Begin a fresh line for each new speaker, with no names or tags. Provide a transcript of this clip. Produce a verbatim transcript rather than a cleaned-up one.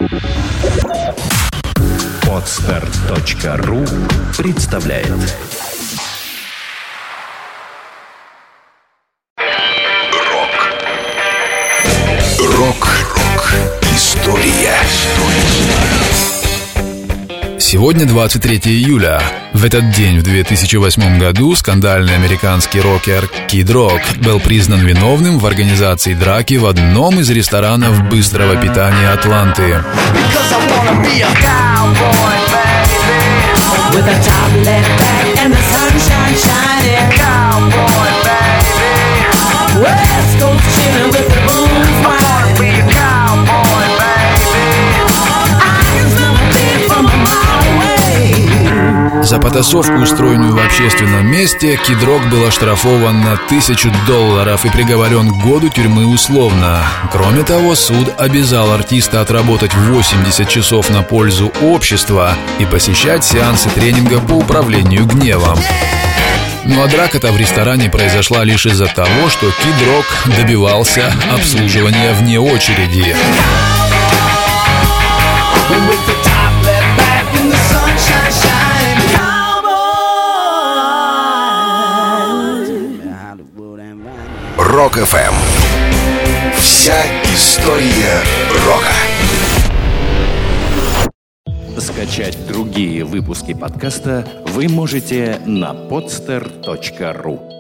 Подстер точка ру представляет. Рок. Рок. История.
Сегодня двадцать третьего июля. В этот день, в две тысячи восьмом году, скандальный американский рокер Kid Rock был признан виновным в организации драки в одном из ресторанов быстрого питания Атланты. За потасовку, устроенную в общественном месте, Kid Rock был оштрафован на тысячу долларов и приговорен к году тюрьмы условно. Кроме того, суд обязал артиста отработать восемьдесят часов на пользу общества и посещать сеансы тренинга по управлению гневом. Ну а драка-то в ресторане произошла лишь из-за того, что Kid Rock добивался обслуживания вне очереди.
Рок эф эм. Вся история рока. Скачать другие выпуски подкаста вы можете на подстер точка ру.